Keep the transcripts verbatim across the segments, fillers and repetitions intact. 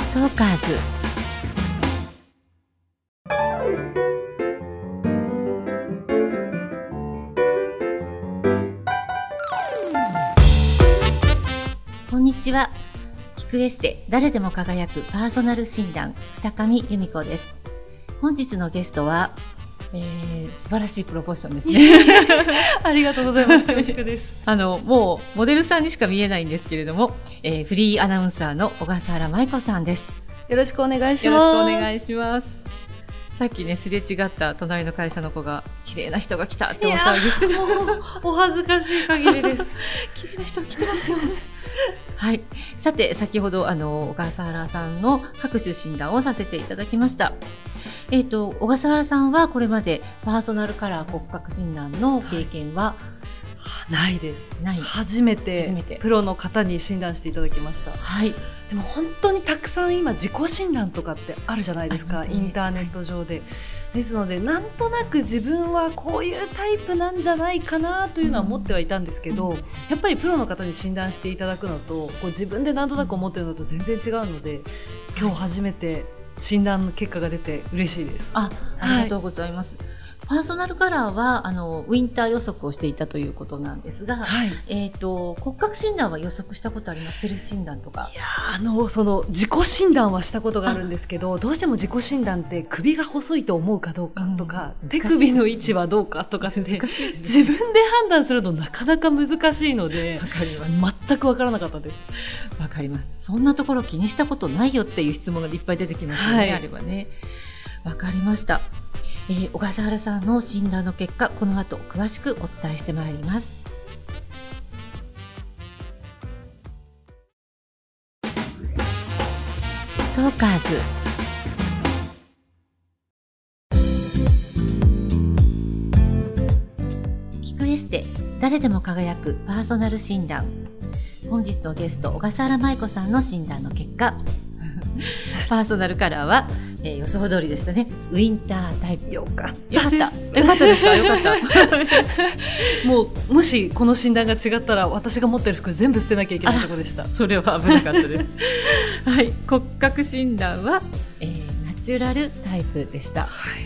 トーカーズ。こんにちは。聞くエステ誰でも輝くパーソナル診断、二上由美子です。本日のゲストは、えー、素晴らしいプロポーションですね。 ありがとうございます。よろしくです。 あのもうモデルさんにしか見えないんですけれども、えー、フリーアナウンサーの小笠原舞子さんです。 よろしくお願いします。 よろしくお願いします。さっきね、すれ違った隣の会社の子が綺麗な人が来たってお騒ぎしてた。 お恥ずかしい限りです。 綺麗な人来てますよね。はい。さて、先ほどあの小笠原さんの各種診断をさせていただきました。えっと小笠原さんはこれまでパーソナルカラー骨格診断の経験は、 はい、ないです。 ない。 初めて初めてプロの方に診断していただきました。 はい。 でも本当にたくさん今自己診断とかってあるじゃないですか、 ね、 インターネット上で。ですのでなんとなく自分はこういうタイプなんじゃないかなというのは思ってはいたんですけど、うん、やっぱりプロの方に診断していただくのとこう自分でなんとなく思ってるのと全然違うので、今日初めて診断の結果が出て嬉しいです。 あ、ありがとうございます。はい、パーソナルカラーはあのウィンター予測をしていたということなんですが、はい、えーと、骨格診断は予測したことあります？セルフ診断とか。 いやあのその自己診断はしたことがあるんですけど、どうしても自己診断って首が細いと思うかどうかとか、うん、手首の位置はどうかとかって、ね、自分で判断するのなかなか難しいので、わかります。全くわからなかったです。 わかります。そんなところ気にしたことないよっていう質問がいっぱい出てきますよね、はい、あればね。わかりました。えー、小笠原さんの診断の結果、この後詳しくお伝えしてまいります。トーカーズ。聞くエステ誰でも輝くパーソナル診断。本日のゲスト小笠原舞子さんの診断の結果、パーソナルカラーは、えー、予想通りでしたね。ウィンタータイプ。 よかったです。 よかったですか？よかったもうもしこの診断が違ったら私が持ってる服全部捨てなきゃいけないところでした。 それは危なかったです。はい、骨格診断は、えー、ナチュラルタイプでした。はい、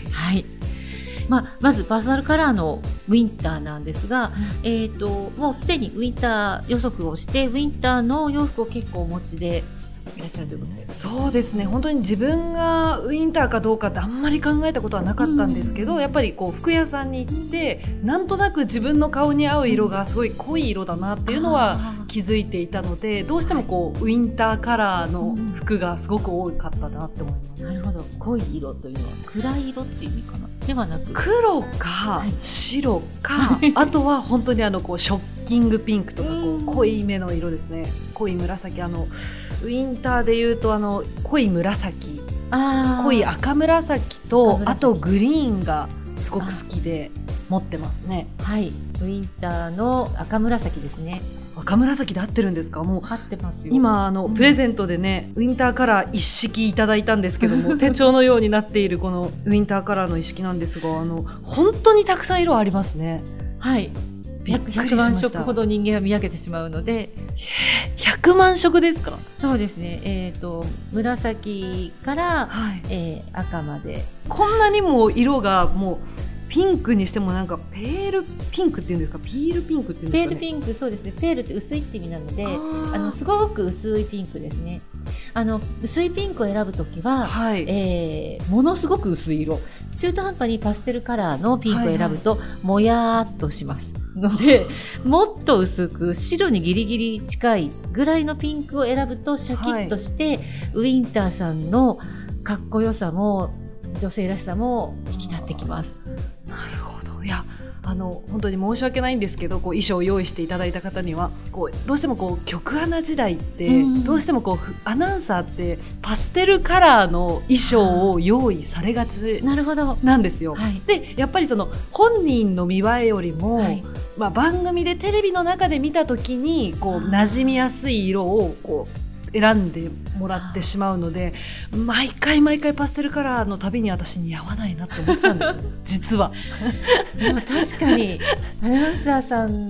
はい。まあ、まずパーソナルカラーのウィンターなんですが、うん、えーと、もうすでにウィンター予測をしてウィンターの洋服を結構お持ちでいらっしゃるということですか？ そうですね。本当に自分がウィンターかどうかってあんまり考えたことはなかったんですけど、うん、やっぱりこう服屋さんに行ってなんとなく自分の顔に合う色がすごい濃い色だなっていうのは気づいていたので、どうしてもこうウィンターカラーの服がすごく多かったなって思います。 なるほど。濃い色というのは暗い色っていう意味かなではなく、 黒か白か、はい、あとは本当にあのこうショッキングピンクとかこう濃いめの色ですね。濃い紫、あのウィンターでいうとあの濃い紫、あ濃い赤紫と赤紫、あとグリーンがすごく好きで持ってますね。 はい、ウィンターの赤紫ですね。 赤紫で合ってるんですか？もう合ってますよ。 今あの、うん、プレゼントでねウィンターカラー一式いただいたんですけども手帳のようになっているこのウィンターカラーの一式なんですが、あの本当にたくさん色ありますね。 はい、ひゃくまん色ほど人間は見分けてしまうので。 ひゃくまん色ですか？ そうですね。えーと、紫から、はい、えー、赤までこんなにも色がもうピンクにしてもなんかペールピンクっていうんですか？ピールピンクっていうんですかね？ ペールピンク、そうですね。ペールって薄いって意味なので、あのすごく薄いピンクですね。あの薄いピンクを選ぶときは、はい、えー、ものすごく薄い色、中途半端にパステルカラーのピンクを選ぶと、はいはい、もやーっとしますので、もっと薄く白にギリギリ近いぐらいのピンクを選ぶとシャキッとして、はい、ウィンターさんのかっこよさも女性らしさも引き立ってきます。 なるほど。いや、あの本当に申し訳ないんですけど、こう衣装を用意していただいた方にはこうどうしてもこう局アナ時代って、うん、どうしてもこうアナウンサーってパステルカラーの衣装を用意されがちなんですよ。はい、でやっぱりその本人の見栄えよりも、はい、まあ、番組でテレビの中で見た時にこう馴染みやすい色をこう選んでもらってしまうので、毎回毎回パステルカラーのたびに私似合わないなって思ってたんですよ実は。 でも確かにアナウンサーさんっ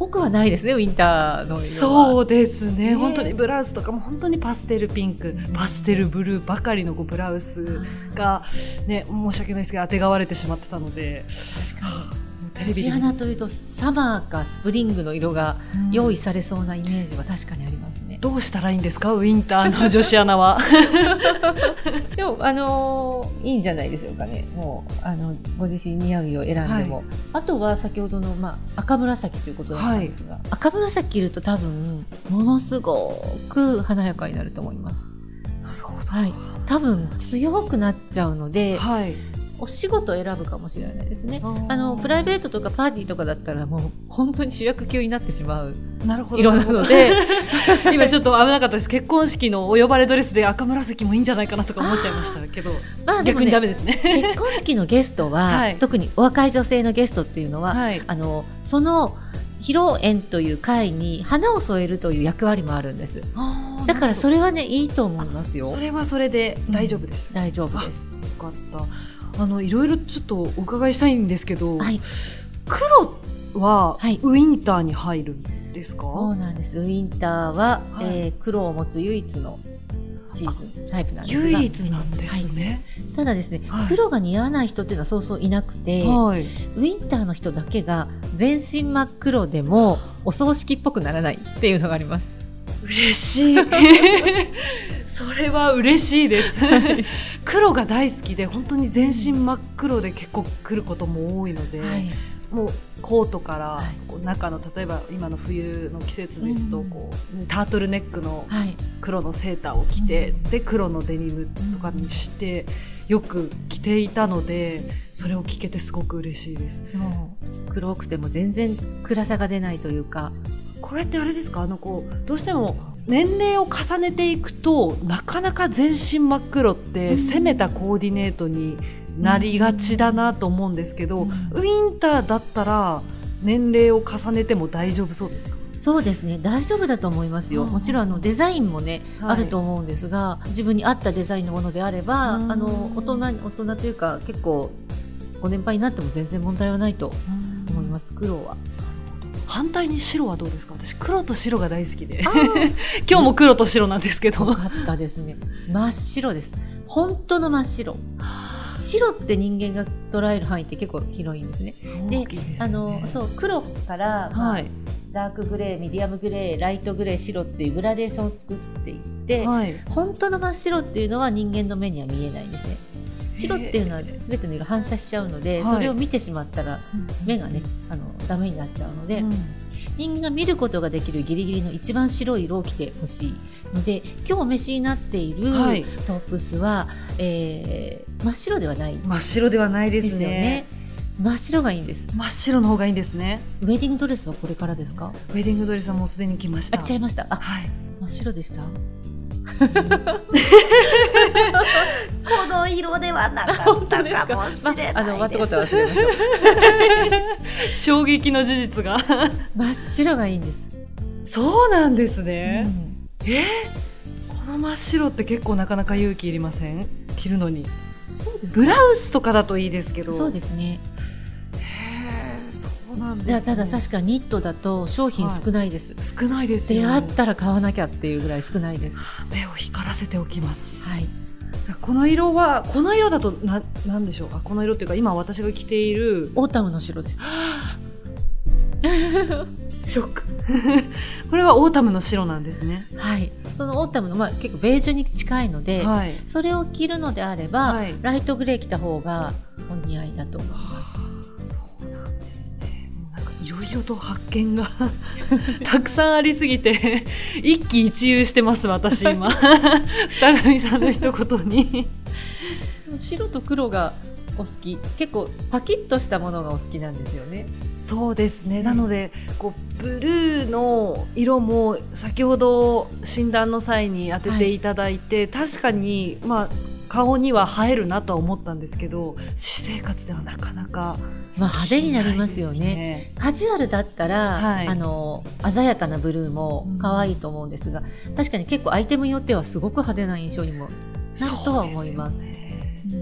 ぽくはないですね、ウィンターの色は。 そうですね、本当にブラウスとかも本当にパステルピンク、パステルブルーばかりのこうブラウスが、ね、申し訳ないですけどあてがわれてしまってたので。 確かに女子アナというとサマーかスプリングの色が用意されそうなイメージは確かにありますね。 どうしたらいいんですか、ウィンターの女子アナは。 でも、あのー、いいんじゃないでしょうかね。もうあのご自身に似合う色を選んでも、はい、あとは先ほどの、まあ、赤紫ということだったんですが、はい、赤紫着ると多分ものすごく華やかになると思います。 なるほど、 はい、多分強くなっちゃうので、 はい、 お仕事を選ぶかもしれないですね。あのプライベートとかパーティーとかだったらもう本当に主役級になってしまう色なので、 今ちょっと危なかったです。結婚式のお呼ばれドレスで赤紫もいいんじゃないかなとか思っちゃいましたけど、まあでもね、逆にダメですね。 結婚式のゲストは、はい、特にお若い女性のゲストっていうのは、はい、あのその披露宴という会に花を添えるという役割もあるんです。だからそれはね、いいと思いますよ。 それはそれで大丈夫です、 うん、大丈夫です。よかった。あのいろいろちょっとお伺いしたいんですけど、はい、黒はウィンターに入るんですか？ はい、そうなんです。ウィンターは、はい、えー、黒を持つ唯一のシーズンタイプなんですが、 唯一なんですね。 はい、ただですね、はい、黒が似合わない人っていうのはそうそういなくて、はい、ウィンターの人だけが全身真っ黒でもお葬式っぽくならないっていうのがあります。 嬉しい。それは嬉しいです。黒が大好きで本当に全身真っ黒で結構来ることも多いので、はい、もうコートからこう中の例えば今の冬の季節ですとこうタートルネックの黒のセーターを着て、で黒のデニムとかにしてよく着ていたので、それを聞けてすごく嬉しいです。 黒くても全然暗さが出ないというか。 これってあれですか、あのこうどうしても年齢を重ねていくとなかなか全身真っ黒って攻めたコーディネートになりがちだなと思うんですけど、うん、ウィンターだったら年齢を重ねても大丈夫そうですか？ そうですね、大丈夫だと思いますよ。もちろんあのデザインもね、はい、あると思うんですが、自分に合ったデザインのものであれば、あの大人大人というか結構ご年配になっても全然問題はないと思います。黒は。 反対に白はどうですか？私黒と白が大好きで今日も黒と白なんですけど。 よかったですね。真っ白です。本当の真っ白。白って人間が捉える範囲って結構広いんですね。で、あのそう黒から、まあはい、ダークグレー、ミディアムグレー、ライトグレー、白っていうグラデーションを作っていって、はい、本当の真っ白っていうのは人間の目には見えないんですね。白っていうのは全ての色反射しちゃうので、それを見てしまったら目がね、あのダメになっちゃうので、うん、人間が見ることができるギリギリの一番白い色を着てほしいので、今日お召しになっているトップスは、えー、真っ白ではない真っ白ではないですね。 ですよね。真っ白がいいんです。 真っ白の方がいいんですね。 ウェディングドレスはこれからですか？ ウェディングドレスはもうすでに来ました。 あ、来ちゃいました。あ、 はい、 真っ白でした。 この色ではなかったかもしれないです。 まあ、あの終わったことは忘れましょう。衝撃の事実が真っ白がいいんです。 そうなんですね、うん、えー、この真っ白って結構なかなか勇気いりません？着るのに。 そうですね、 ブラウスとかだといいですけど。 そうですね。 へー、そうなんですね。 ただ確かニットだと商品少ないです、 はい、少ないですよ。 出会ったら買わなきゃっていうぐらい少ないです。 目を光らせておきます。 はい。 この色はこの色だとな、なんでしょう。あ、この色っていうか今私が着ているオータムの白です。 ショック。これはオータムの白なんですね。 はい。そのオータムの、まあ、結構ベージュに近いので、はい、それを着るのであれば、はい、ライトグレー着た方がお似合いだと思います。 そうなんですね。もうなんかいろいろと発見がたくさんありすぎて一喜一憂してます私今。二神さんの一言に。 白と黒がお好き。結構パキッとしたものがお好きなんですよね。 そうですね、うん、なのでこうブルーの色も先ほど診断の際に当てていただいて、はい、確かに、まあ、顔には映えるなとは思ったんですけど、私生活ではなかなか、 まあ、派手になりますよね。カジュアルだったら、はい、あの鮮やかなブルーも可愛いと思うんですが、うん、確かに結構アイテムによってはすごく派手な印象にもなるとは思います。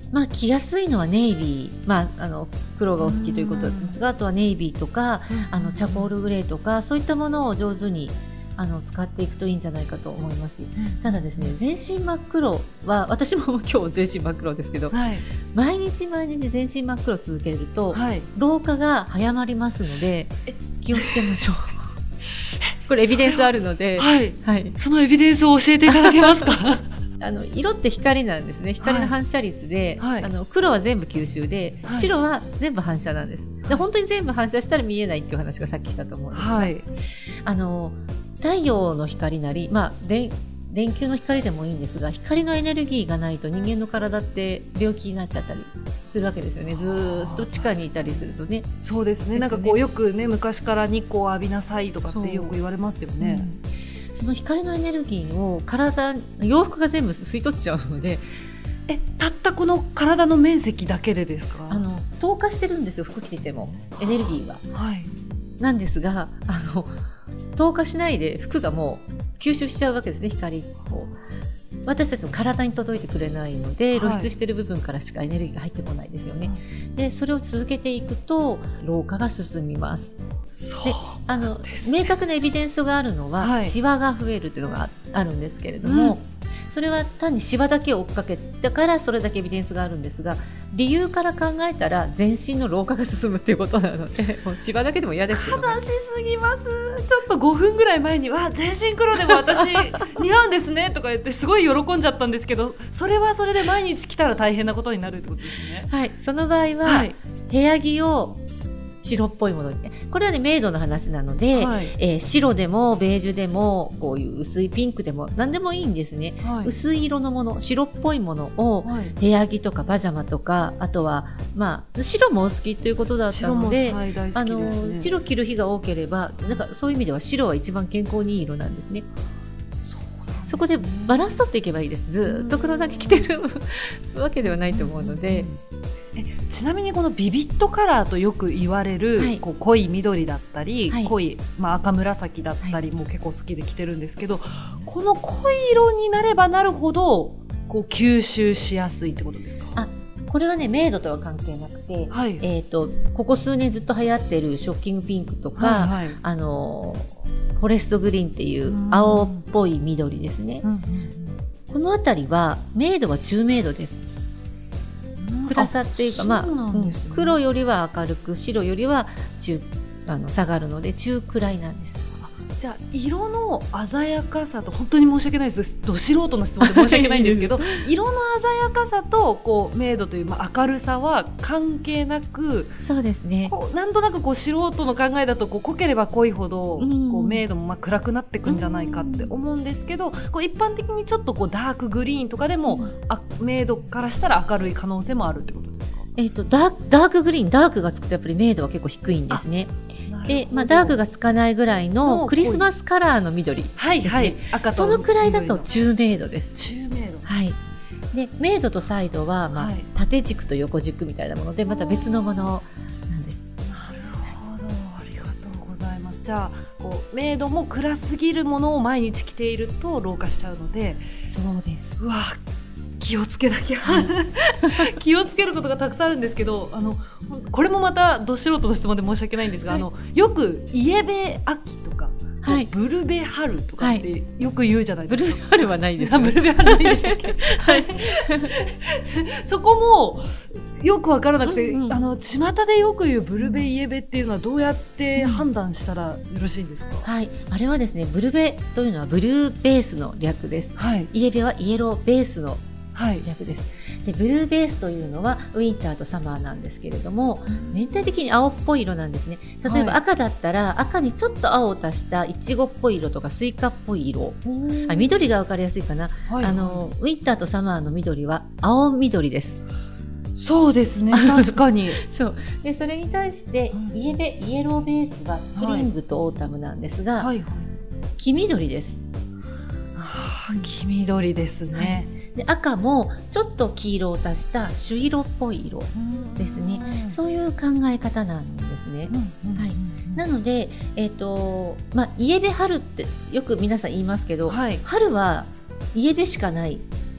まあ着やすいのはネイビー、まああの黒がお好きということですが、あとはネイビーとか、あのチャコールグレーとかそういったものを上手にあの使っていくといいんじゃないかと思います。ただですね、全身真っ黒は私も今日全身真っ黒ですけど、はい、毎日毎日全身真っ黒続けると、はい、老化が早まりますので気をつけましょう。これエビデンスあるので、 はいはい、そのエビデンスを教えていただけますか？ あの色って光なんですね。光の反射率で、はい、あの黒は全部吸収で、はい、白は全部反射なんです。で本当に全部反射したら見えないっていう話がさっきしたと思うんですが、はい、あの太陽の光なり、まあ、電, 電球の光でもいいんですが、光のエネルギーがないと人間の体って病気になっちゃったりするわけですよね。ずーっと地下にいたりするとね。 そうですね。なんかこうよくね、昔から日光を浴びなさいとかってよく言われますよね。 その光のエネルギーを体、洋服が全部吸い取っちゃうので、 え、たったこの体の面積だけでですか？ あの透過してるんですよ、服着ててもエネルギーは。はい。なんですが、あの透過しないで服がもう吸収しちゃうわけですね、光を。私たちの体に届いてくれないので、露出している部分からしかエネルギーが入ってこないですよね。はい、でそれを続けていくと老化が進みます。 そうであの明確なエビデンスがあるのは、はい、シワが増えるというのがあるんですけれども、うん、それは単にシワだけを追っかけたからそれだけエビデンスがあるんですが、理由から考えたら全身の老化が進むっていうことなので、もうシワだけでも嫌ですけど、ね、 悲しすぎます。ちょっとごふんぐらい前にわ全身黒でも私似合うんですねとか言ってすごい喜んじゃったんですけど、それはそれで毎日来たら大変なことになるってことですね。 はい、その場合は、はい、部屋着を白っぽいものに、ね、これはね明度の話なので、はい、えー、白でもベージュでもこういう薄いピンクでも何でもいいんですね。はい、薄い色のもの、白っぽいものを、はい、部屋着とかパジャマとか、あとはまあ白もお好きということだったので、 白も大好きですね。 あの白着る日が多ければ、なんかそういう意味では白は一番健康にいい色なんですね。そこでバランス取っていけばいいです。ずっと黒だけ着てるわけではないと思うので。 えちなみにこのビビットカラーとよく言われる、はい、こう濃い緑だったり、はい、濃い、まあ、赤紫だったりも結構好きで着てるんですけど、はい、この濃い色になればなるほどこう吸収しやすいってことですか？ あ、これはね明度とは関係なくて、はい、えーと、ここ数年ずっと流行ってるショッキングピンクとか、はいはい、あのフォレストグリーンっていう青っぽい緑ですね。うんうん、このあたりは明度は中明度です。暗さっていうか、まあ、うん、黒よりは明るく、白よりは中あの下がるので中くらいなんです。 じゃあ色の鮮やかさと、本当に申し訳ないです、ど素人の質問で申し訳ないんですけど色の鮮やかさとこう明度という、まあ、明るさは関係なく、 そうですね、 こうなんとなくこう素人の考えだとこう濃ければ濃いほど、うん、こう明度もまあ暗くなっていくんじゃないかって思うんですけど、こう一般的にちょっとこうダークグリーンとかでも、うん、あ明度からしたら明るい可能性もあるってことですか？ えーと、ダーク、ダークグリーン、ダークがつくとやっぱり明度は結構低いんですね。で、まあ、ダークがつかないぐらいのクリスマスカラーの緑ですね。はいはい、赤とそのくらいだと中明度です。 中明度。 はい。で、明度とサイドは、まあ、はい、縦軸と横軸みたいなもので、また別のものなんです。 なるほど、ありがとうございます。じゃあ、こう明度も暗すぎるものを毎日着ていると老化しちゃうので。 そうです。 うわ。気をつけなきゃ気をつけることがたくさんあるんですけど、あのこれもまたど素人の質問で申し訳ないんですが、はい、あのよくイエベ秋とか、はい、ブルベ春とかってよく言うじゃないですか。 ブルベ春はないです、 ね、ブルベ春ないでしたっけはい、そこもよく分からなくて、うんうん、あの巷でよく言うブルベイエベっていうのはどうやって判断したらよろしいんですか？ はい、あれはですね、ブルベというのはブルーベースの略です。はい、イエベはイエローベースの略です。でブルーベースというのはウィンターとサマーなんですけれども、全体的に青っぽい色なんですね。例えば赤だったら赤にちょっと青を足したイチゴっぽい色とかスイカっぽい色、あ緑が分かりやすいかな、はい、あのウィンターとサマーの緑は青緑です。 そうですね、確かにそうでそれに対してイエベイエローベースはスプリングとオータムなんですが、はいはいはい、黄緑です。 はあ、黄緑ですね。 はい、で赤もちょっと黄色を足した朱色っぽい色ですね。そういう考え方なんですね。はい、なので、えーとまあ、イエベ春ってよく皆さん言いますけど、はい、春はイエベしかない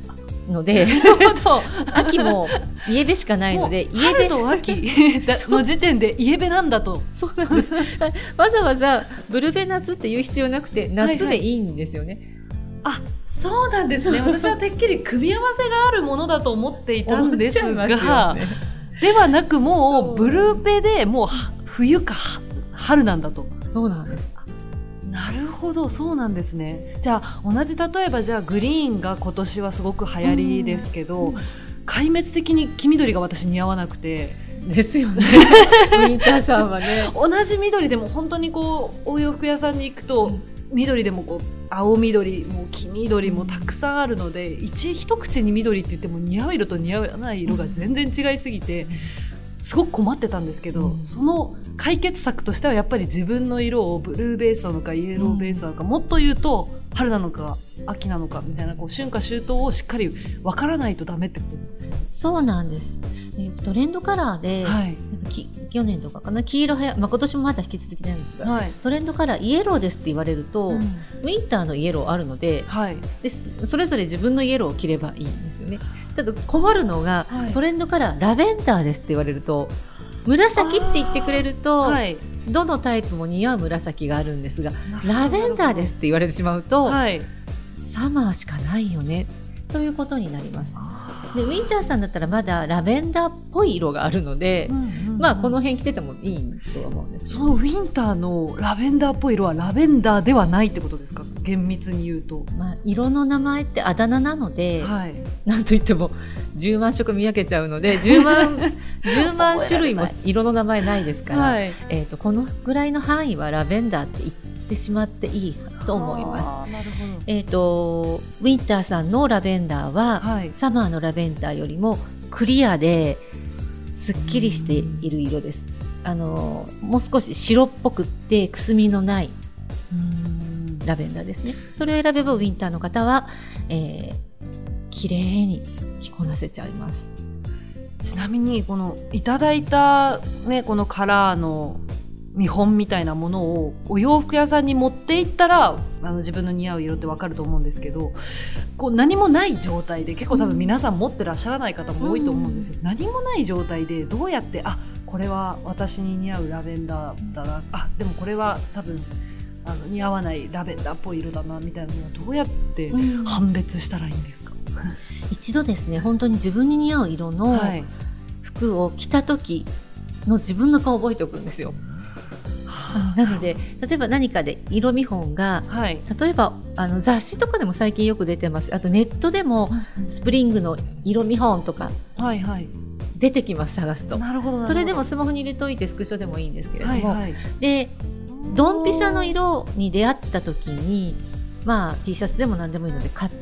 ので秋もイエベしかないので、 イエベと秋の時点でイエベなんだと。 そうなんですわざわざブルベ夏って言う必要なくて夏でいいんですよね、 はいはい、あ、そうなんですね。私はてっきり組み合わせがあるものだと思っていたんですが、ね、ではなくもうブルベでもう冬か春なんだと。 そうなんです。 なるほど、そうなんですね。じゃあ同じ、例えばじゃあグリーンが今年はすごく流行りですけど、うん、壊滅的に黄緑が私似合わなくて。 ですよねウィンターさんはね同じ緑でも本当にこうお洋服屋さんに行くと、うん、緑でもこう青緑も黄緑もたくさんあるので、うん、一一口に緑って言っても似合う色と似合わない色が全然違いすぎて、うん、すごく困ってたんですけど、うん、その解決策としてはやっぱり自分の色をブルーベースなのかイエローベースなのか、うん、もっと言うと春なのか秋なのかみたいなこう春夏秋冬をしっかり分からないとダメってことですよね。 そうなんです。トレンドカラーで、はい、去年とかかな黄色はや、まあ、今年もまだ引き続きなんですが、はい、トレンドカラーイエローですって言われると、うん、ウィンターのイエローあるので、はい、でそれぞれ自分のイエローを着ればいいんですよね。ただ困るのが、はい、トレンドカラーラベンダーですって言われると紫って言ってくれると、はい、どのタイプも似合う紫があるんですがラベンダーですって言われてしまうと、はい、サマーしかないよねということになります。でウィンターさんだったらまだラベンダーっぽい色があるので、うんうんうん、まあこの辺着ててもいいとは思うんです。 そのウィンターのラベンダーっぽい色はラベンダーではないってことですか、厳密に言うと。 まあ、色の名前ってあだ名なので、はい、なんといってもじゅうまん色見分けちゃうのでじゅうまんじゅうまん種類も色の名前ないですから、はい、えーと、このぐらいの範囲はラベンダーって言ってしまっていいと思います。 なるほど。 えーと、ウィンターさんのラベンダーは、はい、サマーのラベンダーよりもクリアですっきりしている色です。あのもう少し白っぽくってくすみのないうーんラベンダーですね。それを選べばウィンターの方は、えー、綺麗に着こなせちゃいます。 ちなみにこのいただいた、ね、このカラーの見本みたいなものをお洋服屋さんに持っていったらあの自分の似合う色ってわかると思うんですけど、こう何もない状態で、結構多分皆さん持ってらっしゃらない方も多いと思うんですよ、うん、何もない状態でどうやってあこれは私に似合うラベンダーだな、あでもこれは多分あの似合わないラベンダーっぽい色だなみたいなのをどうやって判別したらいいんですか、うん、 一度ですね本当に自分に似合う色の服を着た時の自分の顔を覚えておくんですよ。なので例えば何かで色見本が、はい、例えばあの雑誌とかでも最近よく出てます。あとネットでもスプリングの色見本とか出てきます、探すと。 なるほど。 それでもスマホに入れといてスクショでもいいんですけれども、はいはい、でドンピシャの色に出会った時に、まあ、T シャツでも何でもいいので買って、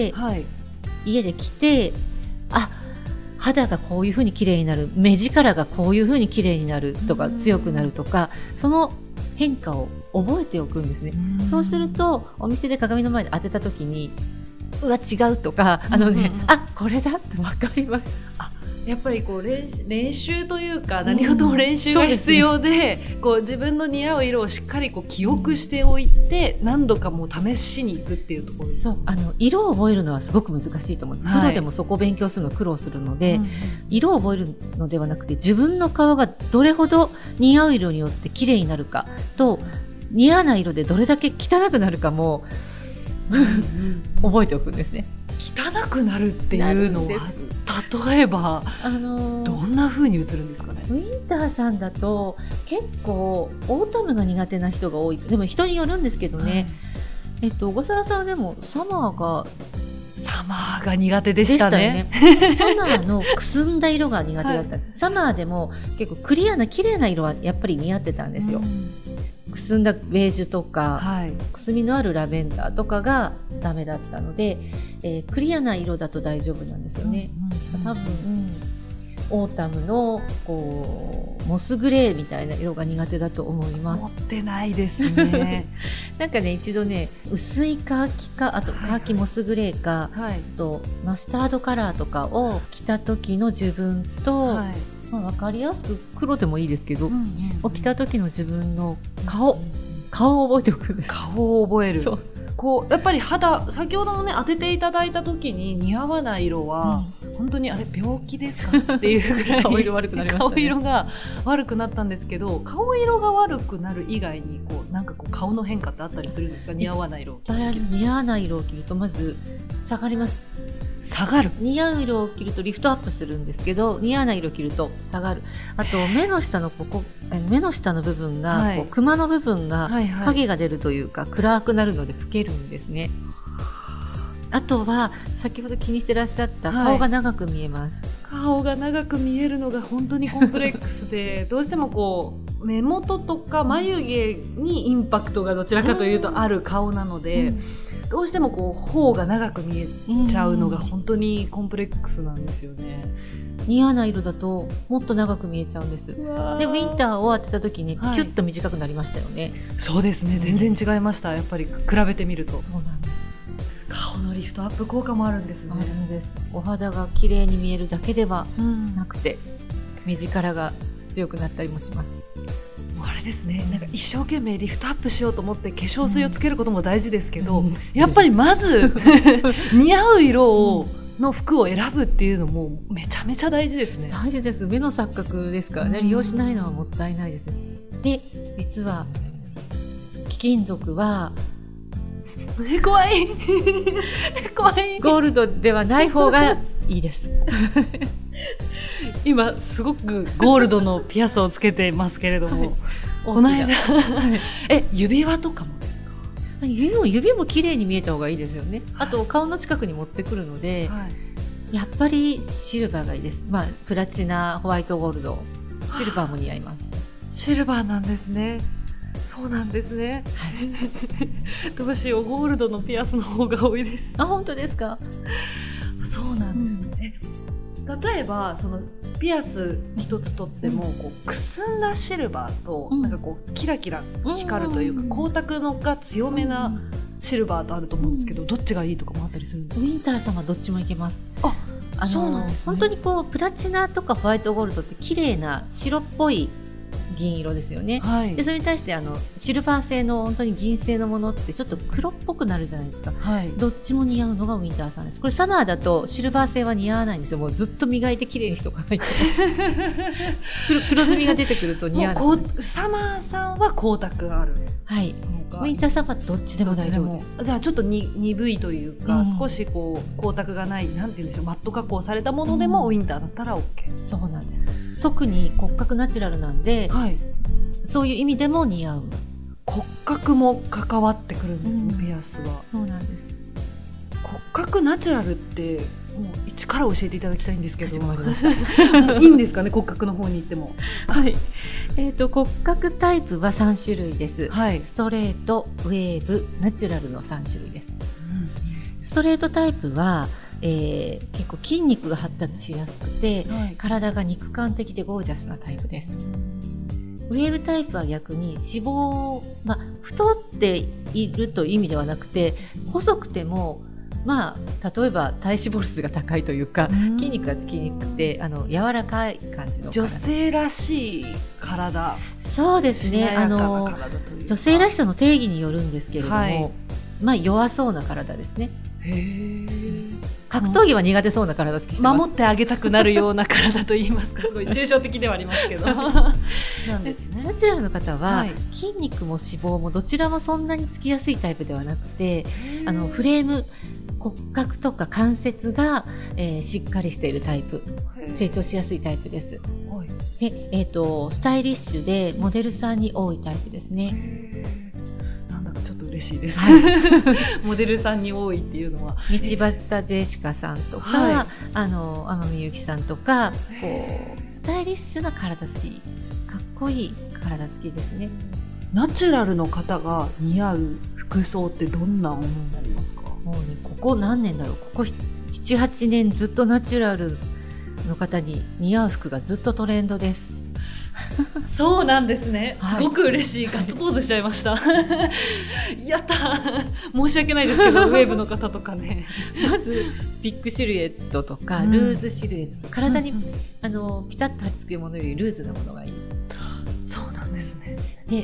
はい、家で着てあ肌がこういう風に綺麗になる、目力がこういう風に綺麗になるとか強くなるとか、その変化を覚えておくんですね。そうするとお店で鏡の前で当てた時にうわ違うとか、あのね、あこれだって分かります。 あやっぱりこう 練, 練習というか何事も練習が必要 で,、うん、でね、こう自分の似合う色をしっかりこう記憶しておいて何度かもう試しに行くっていうところ。 そうあの色を覚えるのはすごく難しいと思うんです、はい、プロでもそこを勉強するの苦労するので、うん、色を覚えるのではなくて自分の顔がどれほど似合う色によって綺麗になるかと似合わない色でどれだけ汚くなるかも覚えておくんですね。 汚くなるっていうのは例えば、あのー、どんな風に映るんですかね。 ウィンターさんだと結構オータムが苦手な人が多い。でも人によるんですけどね、はい、えっと、小笠原さんはでもサマーがサマーが苦手でしたね。 でしたよね。サマーのくすんだ色が苦手だった、はい、サマーでも結構クリアな綺麗な色はやっぱり似合ってたんですよ、うん、くすんだベージュとか、はい、くすみのあるラベンダーとかがダメだったので、えー、クリアな色だと大丈夫なんですよね、うん、多分、うん、オータムのこうモスグレーみたいな色が苦手だと思います。 持ってないですね。 なんかね一度ね薄いカーキかあとカーキモスグレーか、はい、とマスタードカラーとかを着た時の自分と、はい、まあ、分かりやすく黒でもいいですけど、うんうんうん、を着た時の自分の顔、うんうん、顔を覚えておくんです。 顔を覚える。 そうこうやっぱり肌、先ほどもね当てていただいた時に似合わない色は、うん、本当にあれ病気ですかっていうぐらい顔色悪くなりましたね。 顔色が悪くなったんですけど、顔色が悪くなる以外にこうなんかこう顔の変化ってあったりするんですか？似合わない色を着る。 似合わない色を着るとまず下がります。 下がる。 似合う色を着るとリフトアップするんですけど、似合わない色を着ると下がる。あと目の下のここ、目の下の部分が、はい、こうクマの部分が影が出るというか、はいはい、暗くなるので老けるんですね。あとは先ほど気にしてらっしゃった顔が長く見えます、 はい、顔が長く見えるのが本当にコンプレックスでどうしてもこう目元とか眉毛にインパクトがどちらかというとある顔なので、うん、どうしてもこう頬が長く見えちゃうのが本当にコンプレックスなんですよね。 似合わない色だともっと長く見えちゃうんです。でウィンターを当てた時にキュッと短くなりましたよね、はい、 そうですね、全然違いました。やっぱり比べてみると。 そうなんです。 顔のリフトアップ効果もあるんですね。 あるんです。お肌が綺麗に見えるだけではなくて、うん、目力が強くなったりもします。 あれですね、なんか一生懸命リフトアップしようと思って化粧水をつけることも大事ですけど、うん、やっぱりまず似合う色を、うん、の服を選ぶっていうのもめちゃめちゃ大事ですね。 大事です。目の錯覚ですからね、利用しないのはもったいないですね。で、実は貴金属は怖い怖い。 ゴールドではない方がいいです今すごくゴールドのピアスをつけてますけれども、はい、この間え指輪とかもですか？ 指も指も綺麗に見えた方がいいですよね、はい、あと顔の近くに持ってくるので、はい、やっぱりシルバーがいいです。まあプラチナ、ホワイトゴールド、シルバーも似合います。 シルバーなんですね。そうなんですね、はい、どうしよう、ゴールドのピアスの方が多いです。 あ、本当ですか？ そうなんですね、うん、例えばそのピアス一つとっても、こうくすんだシルバーと、うん、なんかこうキラキラ光るというか、うん、光沢のが強めなシルバーとあると思うんですけど、どっちがいいとかもあったりするんですか？ ウィンターさんはどっちもいけます。 あ、 あのそうなんですね。本当にこうプラチナとかホワイトゴールドって綺麗な白っぽい銀色ですよね、はい、でそれに対してあのシルバー製の本当に銀製のものってちょっと黒っぽくなるじゃないですか、はい、どっちも似合うのがウィンターさんです。これサマーだとシルバー製は似合わないんですよ。もうずっと磨いて綺麗にしとかないと黒, 黒ずみが出てくると似合わない。 サマーさんは光沢がある、 はい、ウィンターさんはどっちでも大丈夫です。 じゃあちょっとに鈍いというか、うん、少しこう光沢がないなんて言うんでしょう、マット加工されたものでもウィンターだったら OK、うん、 そうなんです。特に骨格ナチュラルなんで、はい、そういう意味でも似合う。 骨格も関わってくるんですね、うん、ピアスは。 そうなんです。 骨格ナチュラルってもう一から教えていただきたいんですけどいいんですかね、骨格の方に行っても。 はい、えーと、骨格タイプはさん種類です、はい、ストレート、ウェーブ、ナチュラルのさん種類です、うん、ストレートタイプはえー、結構筋肉が発達しやすくて、はい、体が肉感的でゴージャスなタイプです。ウェーブタイプは逆に脂肪、まあ、太っているという意味ではなくて細くても、まあ、例えば体脂肪率が高いというか筋肉がつきにくくてあの柔らかい感じの体。 女性らしい体。 そうですね、あの女性らしさの定義によるんですけれども、はい、まあ、弱そうな体ですね。へー、格闘技は苦手そうな体つきしてます。 守ってあげたくなるような体といいますか、すごい抽象的ではありますけどなんですね。 ナチュラルの方は、はい、筋肉も脂肪もどちらもそんなにつきやすいタイプではなくて、あのフレーム、骨格とか関節が、えー、しっかりしているタイプ、成長しやすいタイプです。で、えーと、スタイリッシュでモデルさんに多いタイプですね。 ちょっと嬉しいです、はい、モデルさんに多いっていうのは道端ジェシカさんとか、はい、あの天海祐希さんとか、こうスタイリッシュな体つき、かっこいい体つきですね。 ナチュラルの方が似合う服装ってどんなものになりますか？ もうね、ここ何年だろう、ここななはちねんずっとナチュラルの方に似合う服がずっとトレンドです。 そうなんですね、すごく嬉しい、はい、ガッツポーズしちゃいましたやった申し訳ないですけどウェーブの方とかねまずビッグシルエットとか、うん、ルーズシルエット、体に、うん、あのピタッと貼り付けるものよりルーズなものがいい。 そうなんですね。 で、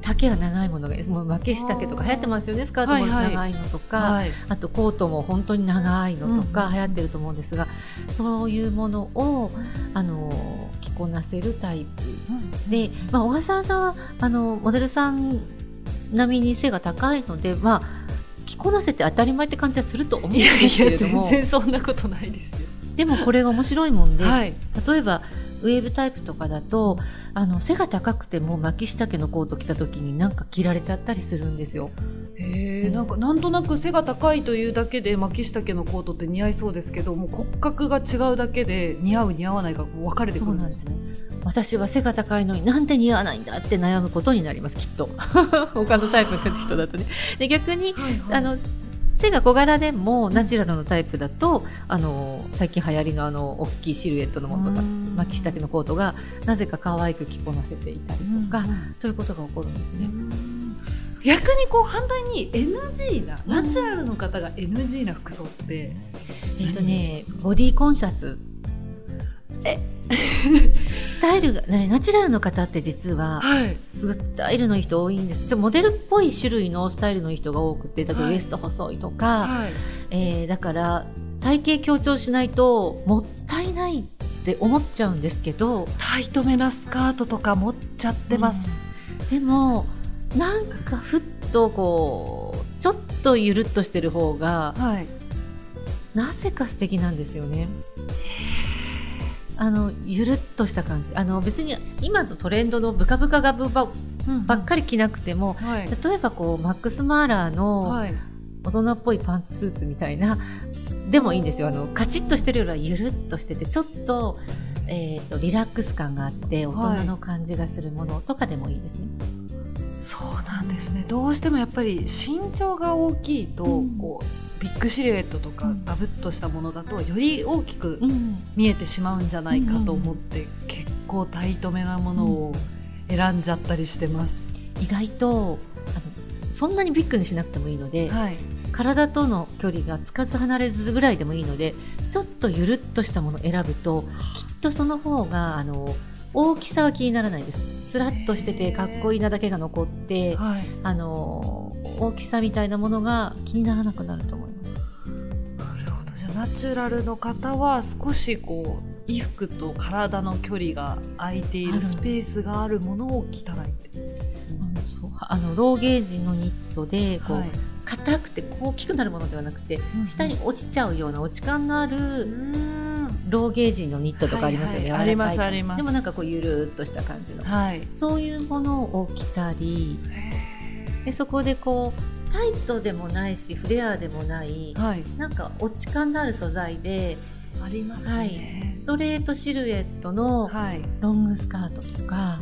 丈が長いものがいいです。もう巻き下丈とか流行ってますよね。スカートも長いのとか、はいはい、あとコートも本当に長いのとか流行ってると思うんですが、うん、そういうものをあの着こなせるタイプ、うん、で、まあ、小笠原さんはあのモデルさん並みに背が高いので、まあ、着こなせて当たり前って感じはすると思うんですけれども、 いやいや全然そんなことないですよ。 でもこれが面白いもんで、はい、例えばウェーブタイプとかだとあの背が高くても巻き下丈のコート着た時になんか着られちゃったりするんですよ。 へー、なんかなんとなく背が高いというだけで巻き下丈のコートって似合いそうですけど、もう骨格が違うだけで似合う似合わないが分かれてくるんですね。そうなんですね。 私は背が高いのになんで似合わないんだって悩むことになります、きっと他のタイプの人だとね。で逆に、はいはい、あの背が小柄でもナチュラルのタイプだと、あの最近流行りのあの大きいシルエットのものとか巻き下丈のコートがなぜか可愛く着こなせていたりとか、ということが起こるんですね。 逆にこう反対に エヌジー な、ナチュラルの方が エヌジー な服装ってえっとねボディコンシャス、えスタイルが、ね、ナチュラルの方って実は、はい、スタイルのいい人多いんです。ちょモデルっぽい種類のスタイルのいい人が多くて、例えばウエスト細いとか、はい、えー、だから体型強調しないともったいないって思っちゃうんですけど、 タイトめなスカートとか持っちゃってます、 うん、でもなんかふっとこうちょっとゆるっとしてる方が、はい、なぜか素敵なんですよね。あのゆるっとした感じ、あの別に今のトレンドのブカブカガブば、うん、ばっかり着なくても、はい、例えばこうマックス・マーラーの大人っぽいパンツスーツみたいなでもいいんですよ。あのカチッとしてるよりはゆるっとしててちょっと、えーと、リラックス感があって大人の感じがするものとかでもいいですね。はい、 そうなんですね。どうしてもやっぱり身長が大きいと、うん、こうビッグシルエットとかダブっとしたものだとより大きく見えてしまうんじゃないかと思って、うん、結構タイトめなものを選んじゃったりしてます。 意外とあのそんなにビッグにしなくてもいいので、はい、体との距離がつかず離れずぐらいでもいいので、ちょっとゆるっとしたものを選ぶときっとその方があの大きさは気にならないです。スラッとしててかっこいいなだけが残って、はい、あの大きさみたいなものが気にならなくなると思います。 なるほど。じゃあナチュラルの方は少しこう衣服と体の距離が空いているスペースがあるものを着たらいいって、 あのあのローゲージのニットでこう、はい、硬くて大きくなるものではなくて、うん、下に落ちちゃうような落ち感のあるローゲージのニットとかありますよね。 はいはい、ありますあります。 でもなんかこうゆるっとした感じの、はい、そういうものを着たり、でそこでこうタイトでもないしフレアでもない、はい、なんか落ち感のある素材でありますね、 はい、ストレートシルエットのロングスカートとか、はい、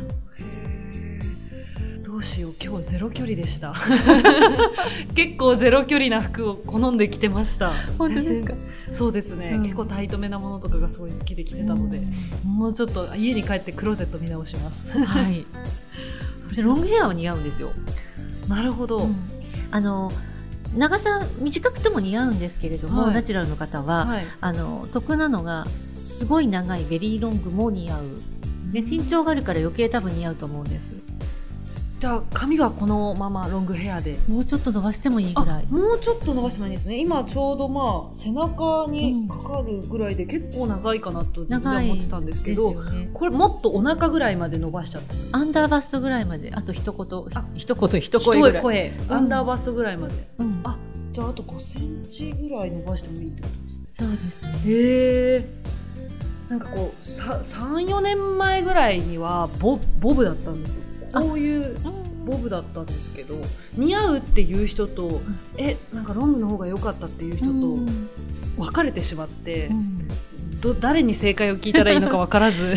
どうしよう今日ゼロ距離でした結構ゼロ距離な服を好んで着てました。 本当ですか？ そうですね、うん、結構タイトめなものとかがすごい好きで着てたので、うん、もうちょっと家に帰ってクローゼット見直しますはい、でロングヘアは似合うんですよ。 なるほど、うん、 あの長さ短くても似合うんですけれども、はい、ナチュラルの方は、はい、あの得なのがすごい長いベリーロングも似合うで、身長があるから余計多分似合うと思うんです。 じゃあ髪はこのままロングヘアでもうちょっと伸ばしてもいいぐらい。 もうちょっと伸ばしてもいいですね。今ちょうどまあ背中にかかるぐらいで結構長いかなと自分では思ってたんですけど、うんね、これもっとお腹ぐらいまで伸ばしちゃった。 アンダーバストぐらいまで、あと一言一言一声ぐらい、 声、うん、アンダーバストぐらいまで、うん、あじゃああとごセンチぐらい伸ばしてもいいってことですね。 そうですね。 へえ。なんかこうさん、よねんまえぐらいには ボ, ボブだったんですよ。こういうボブだったんですけど、似合うっていう人と、うん、えなんかロングの方が良かったっていう人と分かれてしまって、うん、ど誰に正解を聞いたらいいのか分からず、はい、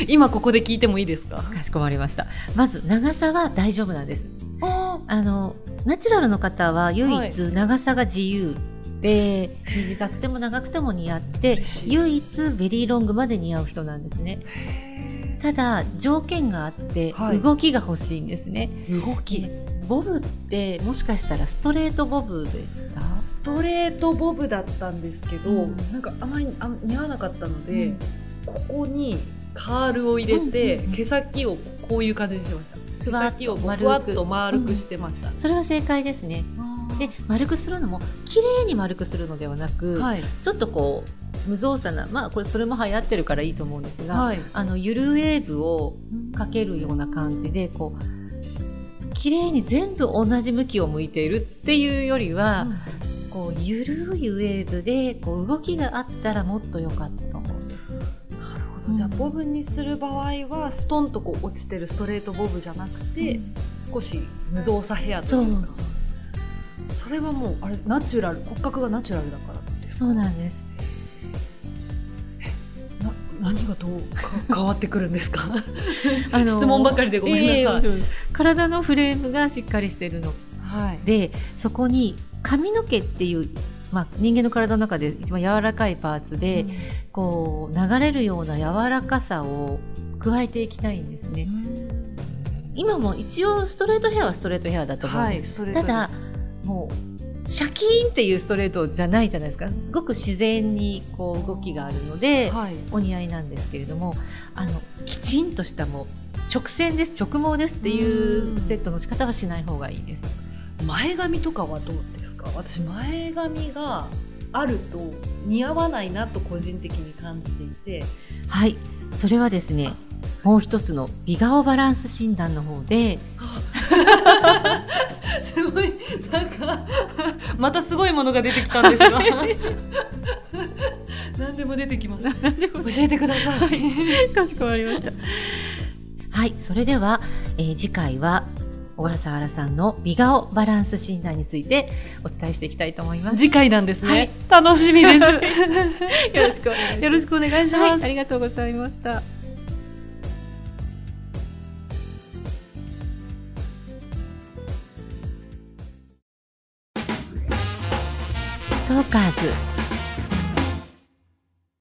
今ここで聞いてもいいですか？ かしこまりました。まず長さは大丈夫なんです。ああのナチュラルの方は唯一長さが自由、はいで短くても長くても似合って唯一ベリーロングまで似合う人なんですね。ただ条件があって、はい、動きが欲しいんですね。 動き、 ボブってもしかしたらストレートボブでした？ ストレートボブだったんですけど、うん、なんかあまりあ似合わなかったので、うん、ここにカールを入れて、うんうんうん、毛先をこういう感じにしました。 ふわっとふわっと丸くしてました、 うん、それは正解ですね。で丸くするのも綺麗に丸くするのではなく、はい、ちょっとこう無造作な、まあこれそれも流行ってるからいいと思うんですが、はい、あのゆるウェーブをかけるような感じでこう綺麗に全部同じ向きを向いているっていうよりは、うん、こうゆるいウェーブでこう動きがあったらもっと良かったと思うんです。 なるほど、じゃあボブにする場合はストンとこう落ちてるストレートボブじゃなくて、うん、少し無造作ヘアというか、そうそうそう、それはもうあれナチュラル、骨格がナチュラルだからですか？ そうなんです。 えな何がどう変わってくるんですか？あの質問ばかりでごめんなさい、えー、 体のフレームがしっかりしてるの、はい、でそこに髪の毛っていう、まあ、人間の体の中で一番柔らかいパーツで、うん、こう流れるような柔らかさを加えていきたいんですね、うん、今も一応ストレートヘアはストレートヘアだと思うんです、はい、ただもうシャキーンっていうストレートじゃないじゃないですか。すごく自然にこう動きがあるので、はい、お似合いなんですけれども、あのきちんとしたもう直線です直毛ですっていうセットの仕方はしない方がいいです。 前髪とかはどうですか？私前髪があると似合わないなと個人的に感じていて、 はい、それはですね、もう一つの美顔バランス診断の方で、 すごいなんかまたすごいものが出てきたんですが何でも出てきます。教えてください、 はい、かしこまりました。はい、それでは、えー、次回は小笠原さんの美顔バランス診断についてお伝えしていきたいと思います。 次回なんですね、はい、楽しみですよろしくお願いします。 よろしくお願いします、 はい、ありがとうございました。トーカーズ